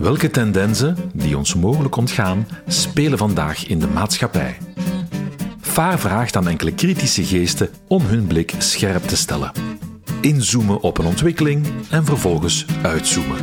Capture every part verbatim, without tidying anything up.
Welke tendensen, die ons mogelijk ontgaan, spelen vandaag in de maatschappij? V A R vraagt aan enkele kritische geesten om hun blik scherp te stellen. Inzoomen op een ontwikkeling en vervolgens uitzoomen.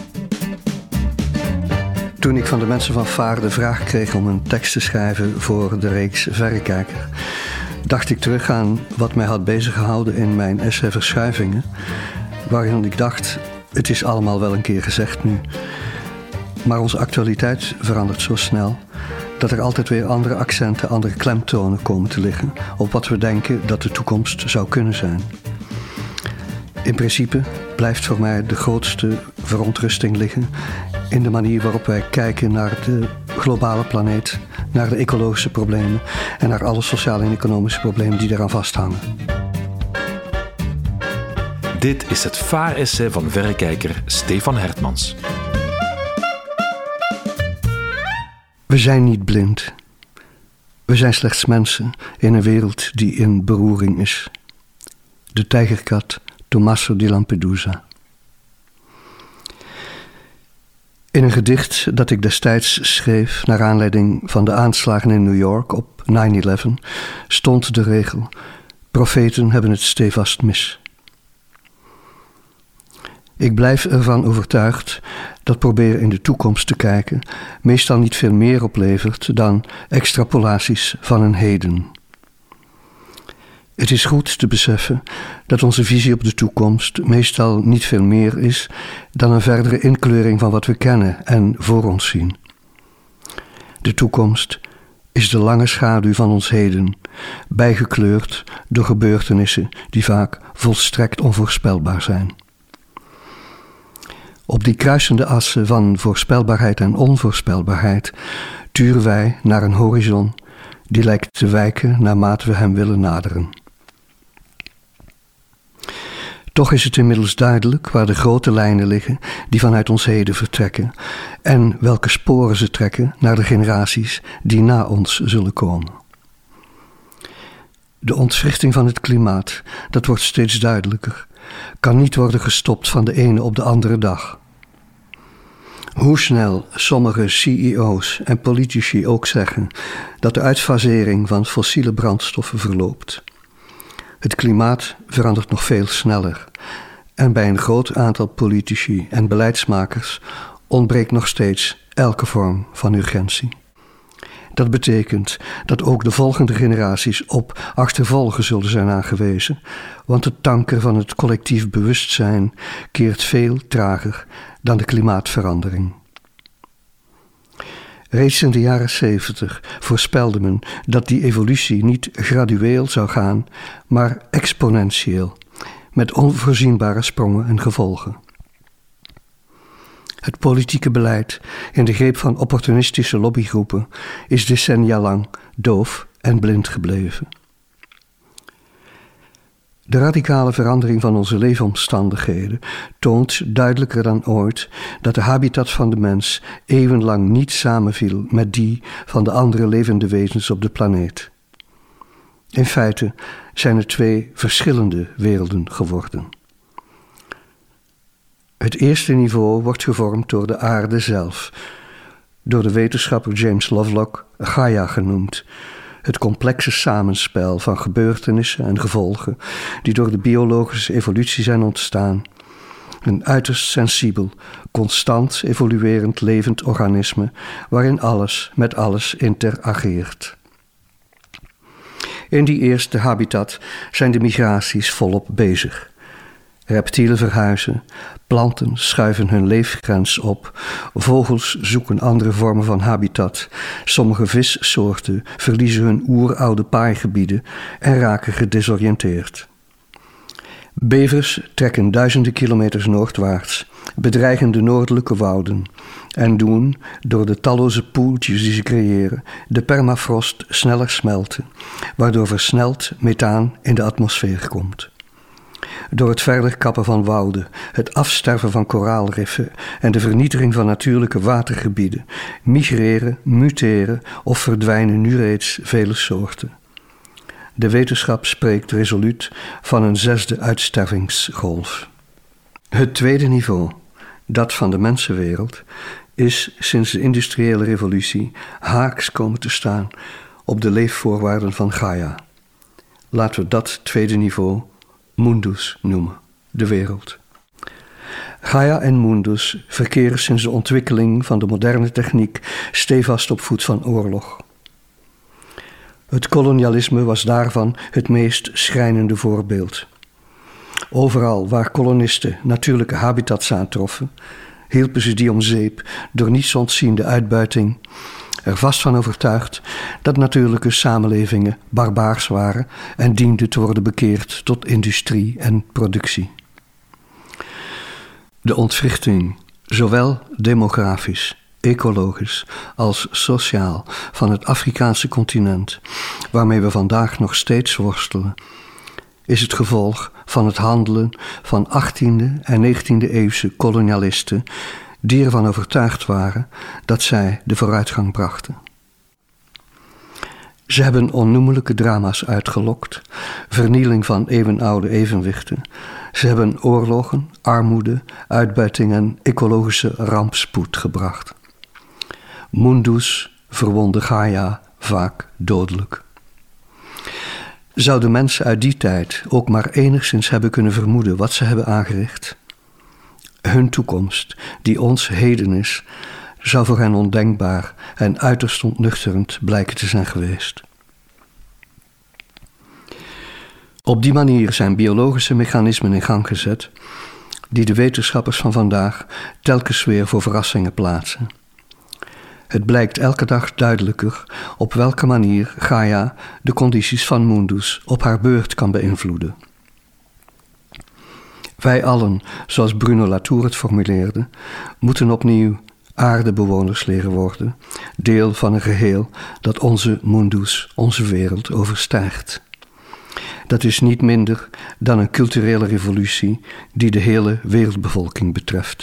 Toen ik van de mensen van V A R de vraag kreeg om een tekst te schrijven voor de reeks Verrekijker, dacht ik terug aan wat mij had beziggehouden in mijn essay Verschuivingen, waarin ik dacht, het is allemaal wel een keer gezegd nu. Maar onze actualiteit verandert zo snel dat er altijd weer andere accenten, andere klemtonen komen te liggen op wat we denken dat de toekomst zou kunnen zijn. In principe blijft voor mij de grootste verontrusting liggen in de manier waarop wij kijken naar de globale planeet, naar de ecologische problemen en naar alle sociale en economische problemen die daaraan vasthangen. Dit is het V A R-essay van verrekijker Stefan Hertmans. We zijn niet blind. We zijn slechts mensen in een wereld die in beroering is. De tijgerkat Tommaso di Lampedusa. In een gedicht dat ik destijds schreef naar aanleiding van de aanslagen in New York op nine eleven stond de regel: profeten hebben het stevast mis. Ik blijf ervan overtuigd dat proberen in de toekomst te kijken meestal niet veel meer oplevert dan extrapolaties van een heden. Het is goed te beseffen dat onze visie op de toekomst meestal niet veel meer is dan een verdere inkleuring van wat we kennen en voor ons zien. De toekomst is de lange schaduw van ons heden, bijgekleurd door gebeurtenissen die vaak volstrekt onvoorspelbaar zijn. Op die kruisende assen van voorspelbaarheid en onvoorspelbaarheid turen wij naar een horizon die lijkt te wijken naarmate we hem willen naderen. Toch is het inmiddels duidelijk waar de grote lijnen liggen die vanuit ons heden vertrekken en welke sporen ze trekken naar de generaties die na ons zullen komen. De ontwrichting van het klimaat, dat wordt steeds duidelijker, kan niet worden gestopt van de ene op de andere dag. Hoe snel sommige C E O's en politici ook zeggen dat de uitfasering van fossiele brandstoffen verloopt. Het klimaat verandert nog veel sneller en bij een groot aantal politici en beleidsmakers ontbreekt nog steeds elke vorm van urgentie. Dat betekent dat ook de volgende generaties op achtervolgen zullen zijn aangewezen, want de tanker van het collectief bewustzijn keert veel trager dan de klimaatverandering. Reeds in de jaren zeventig voorspelde men dat die evolutie niet gradueel zou gaan, maar exponentieel, met onvoorzienbare sprongen en gevolgen. Het politieke beleid in de greep van opportunistische lobbygroepen is decennia lang doof en blind gebleven. De radicale verandering van onze leefomstandigheden toont duidelijker dan ooit dat de habitat van de mens eeuwenlang niet samenviel met die van de andere levende wezens op de planeet. In feite zijn er twee verschillende werelden geworden. Het eerste niveau wordt gevormd door de aarde zelf, door de wetenschapper James Lovelock Gaia genoemd, het complexe samenspel van gebeurtenissen en gevolgen die door de biologische evolutie zijn ontstaan. Een uiterst sensibel, constant evoluerend levend organisme waarin alles met alles interageert. In die eerste habitat zijn de migraties volop bezig. Reptielen verhuizen, planten schuiven hun leefgrens op, vogels zoeken andere vormen van habitat, sommige vissoorten verliezen hun oeroude paaigebieden en raken gedesoriënteerd. Bevers trekken duizenden kilometers noordwaarts, bedreigen de noordelijke wouden en doen, door de talloze poeltjes die ze creëren, de permafrost sneller smelten, waardoor versneld methaan in de atmosfeer komt. Door het verder kappen van wouden, het afsterven van koraalriffen en de vernietiging van natuurlijke watergebieden migreren, muteren of verdwijnen nu reeds vele soorten. De wetenschap spreekt resoluut van een zesde uitstervingsgolf. Het tweede niveau, dat van de mensenwereld, is sinds de industriële revolutie haaks komen te staan op de leefvoorwaarden van Gaia. Laten we dat tweede niveau Mundus noemen, de wereld. Gaia en Mundus verkeren sinds de ontwikkeling van de moderne techniek stevast op voet van oorlog. Het kolonialisme was daarvan het meest schrijnende voorbeeld. Overal waar kolonisten natuurlijke habitats aantroffen, hielpen ze die om zeep door niets ontziende uitbuiting, er vast van overtuigd dat natuurlijke samenlevingen barbaars waren en dienden te worden bekeerd tot industrie en productie. De ontwrichting, zowel demografisch, ecologisch als sociaal, van het Afrikaanse continent, waarmee we vandaag nog steeds worstelen, is het gevolg van het handelen van achttiende en negentiende eeuwse kolonialisten die ervan overtuigd waren dat zij de vooruitgang brachten. Ze hebben onnoemelijke drama's uitgelokt, vernieling van eeuwenoude evenwichten. Ze hebben oorlogen, armoede, uitbuiting en ecologische rampspoed gebracht. Mundus verwondde Gaia vaak dodelijk. Zouden mensen uit die tijd ook maar enigszins hebben kunnen vermoeden wat ze hebben aangericht? Hun toekomst, die ons heden is, zou voor hen ondenkbaar en uiterst ontnuchterend blijken te zijn geweest. Op die manier zijn biologische mechanismen in gang gezet die de wetenschappers van vandaag telkens weer voor verrassingen plaatsen. Het blijkt elke dag duidelijker op welke manier Gaia de condities van Mundus op haar beurt kan beïnvloeden. Wij allen, zoals Bruno Latour het formuleerde, moeten opnieuw aardebewoners leren worden, deel van een geheel dat onze Mundus, onze wereld, overstijgt. Dat is niet minder dan een culturele revolutie die de hele wereldbevolking betreft.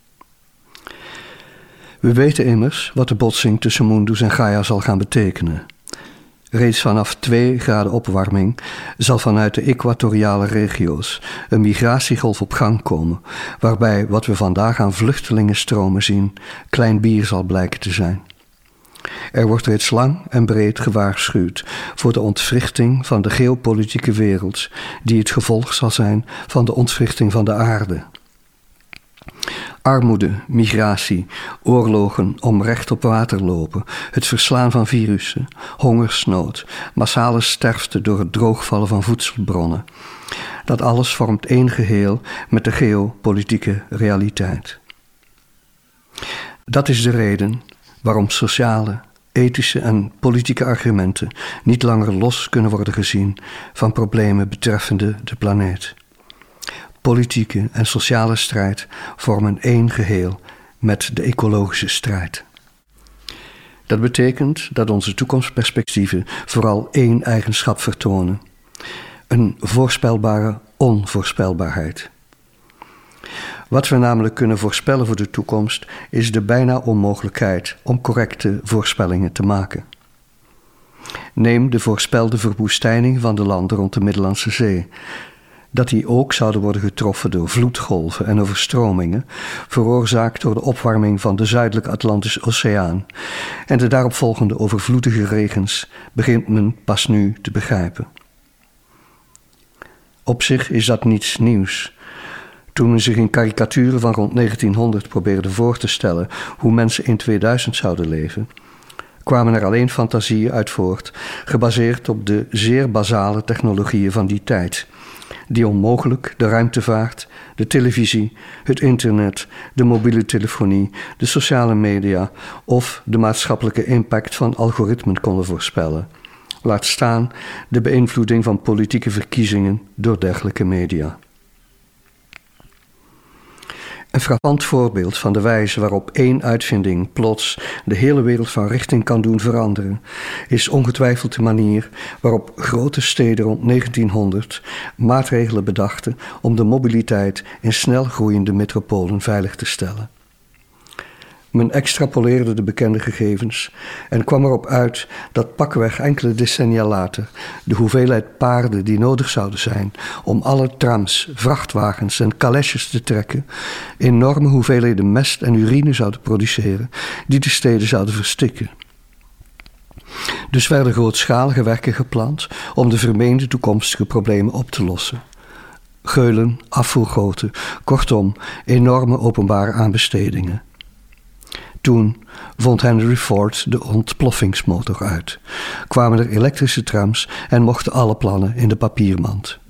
We weten immers wat de botsing tussen Mundus en Gaia zal gaan betekenen. Reeds vanaf twee graden opwarming zal vanuit de equatoriale regio's een migratiegolf op gang komen, waarbij wat we vandaag aan vluchtelingenstromen zien, klein bier zal blijken te zijn. Er wordt reeds lang en breed gewaarschuwd voor de ontwrichting van de geopolitieke wereld, die het gevolg zal zijn van de ontwrichting van de aarde. Armoede, migratie, oorlogen om recht op water lopen, het verslaan van virussen, hongersnood, massale sterfte door het droogvallen van voedselbronnen. Dat alles vormt één geheel met de geopolitieke realiteit. Dat is de reden waarom sociale, ethische en politieke argumenten niet langer los kunnen worden gezien van problemen betreffende de planeet. Politieke en sociale strijd vormen één geheel met de ecologische strijd. Dat betekent dat onze toekomstperspectieven vooral één eigenschap vertonen: een voorspelbare onvoorspelbaarheid. Wat we namelijk kunnen voorspellen voor de toekomst is de bijna onmogelijkheid om correcte voorspellingen te maken. Neem de voorspelde verwoestijning van de landen rond de Middellandse Zee. Dat die ook zouden worden getroffen door vloedgolven en overstromingen, veroorzaakt door de opwarming van de zuidelijke Atlantische Oceaan en de daaropvolgende overvloedige regens, begint men pas nu te begrijpen. Op zich is dat niets nieuws. Toen men zich in karikaturen van rond negentienhonderd probeerde voor te stellen hoe mensen in tweeduizend zouden leven, kwamen er alleen fantasieën uit voort, gebaseerd op de zeer basale technologieën van die tijd, die onmogelijk de ruimtevaart, de televisie, het internet, de mobiele telefonie, de sociale media of de maatschappelijke impact van algoritmen konden voorspellen. Laat staan de beïnvloeding van politieke verkiezingen door dergelijke media. Een frappant voorbeeld van de wijze waarop één uitvinding plots de hele wereld van richting kan doen veranderen, is ongetwijfeld de manier waarop grote steden rond negentienhonderd maatregelen bedachten om de mobiliteit in snel groeiende metropolen veilig te stellen. Men extrapoleerde de bekende gegevens en kwam erop uit dat pakweg enkele decennia later de hoeveelheid paarden die nodig zouden zijn om alle trams, vrachtwagens en calèches te trekken enorme hoeveelheden mest en urine zouden produceren die de steden zouden verstikken. Dus werden grootschalige werken gepland om de vermeende toekomstige problemen op te lossen. Geulen, afvoergoten, kortom enorme openbare aanbestedingen. Toen vond Henry Ford de ontploffingsmotor uit, kwamen er elektrische trams en mochten alle plannen in de papiermand.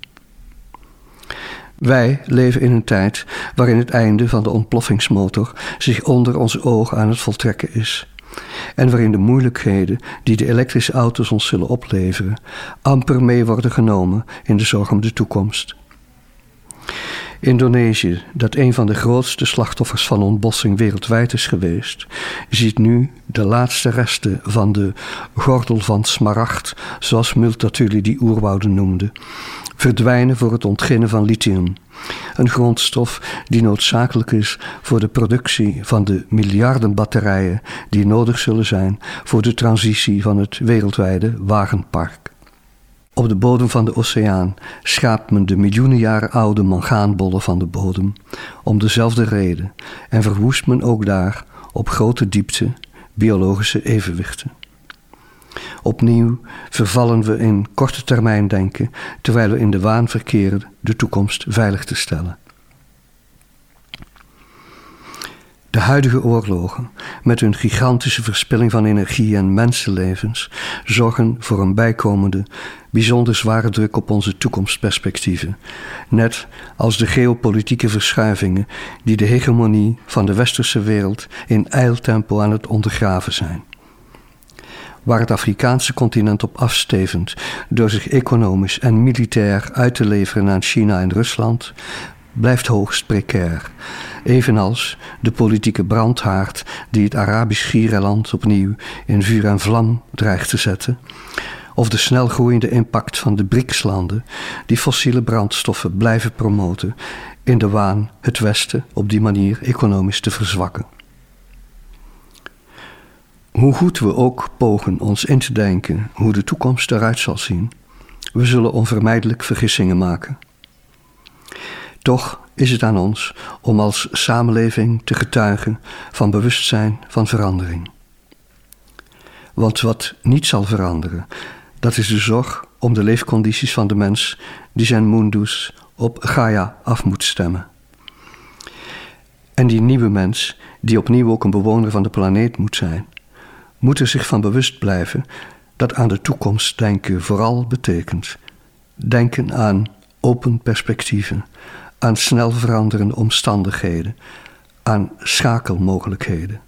Wij leven in een tijd waarin het einde van de ontploffingsmotor zich onder onze ogen aan het voltrekken is en waarin de moeilijkheden die de elektrische auto's ons zullen opleveren amper mee worden genomen in de zorg om de toekomst. Indonesië, dat een van de grootste slachtoffers van ontbossing wereldwijd is geweest, ziet nu de laatste resten van de gordel van smaragd, zoals Multatuli die oerwouden noemde, verdwijnen voor het ontginnen van lithium, een grondstof die noodzakelijk is voor de productie van de miljarden batterijen die nodig zullen zijn voor de transitie van het wereldwijde wagenpark. Op de bodem van de oceaan schaapt men de miljoenen jaren oude mangaanbollen van de bodem om dezelfde reden en verwoest men ook daar op grote diepte biologische evenwichten. Opnieuw vervallen we in korte termijn denken terwijl we in de waan verkeren de toekomst veilig te stellen. De huidige oorlogen, met hun gigantische verspilling van energie en mensenlevens, zorgen voor een bijkomende, bijzonder zware druk op onze toekomstperspectieven, net als de geopolitieke verschuivingen die de hegemonie van de westerse wereld in ijltempo aan het ondergraven zijn. Waar het Afrikaanse continent op afstevend door zich economisch en militair uit te leveren aan China en Rusland, blijft hoogst precair, evenals de politieke brandhaard die het Arabisch Schiereiland opnieuw in vuur en vlam dreigt te zetten, of de snelgroeiende impact van de B R I C S-landen die fossiele brandstoffen blijven promoten in de waan het Westen op die manier economisch te verzwakken. Hoe goed we ook pogen ons in te denken hoe de toekomst eruit zal zien, we zullen onvermijdelijk vergissingen maken. Toch is het aan ons om als samenleving te getuigen van bewustzijn van verandering. Want wat niet zal veranderen, dat is de zorg om de leefcondities van de mens die zijn mundus op Gaia af moet stemmen. En die nieuwe mens, die opnieuw ook een bewoner van de planeet moet zijn, moet er zich van bewust blijven dat aan de toekomst denken vooral betekent denken aan open perspectieven, aan snel veranderende omstandigheden, aan schakelmogelijkheden.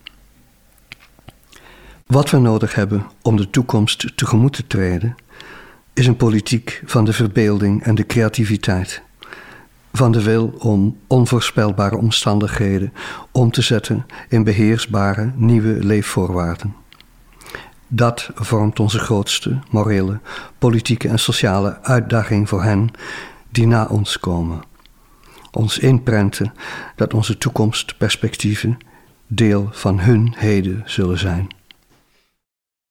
Wat we nodig hebben om de toekomst tegemoet te treden, is een politiek van de verbeelding en de creativiteit, van de wil om onvoorspelbare omstandigheden om te zetten in beheersbare nieuwe leefvoorwaarden. Dat vormt onze grootste morele, politieke en sociale uitdaging voor hen die na ons komen. Ons inprenten dat onze toekomstperspectieven deel van hun heden zullen zijn.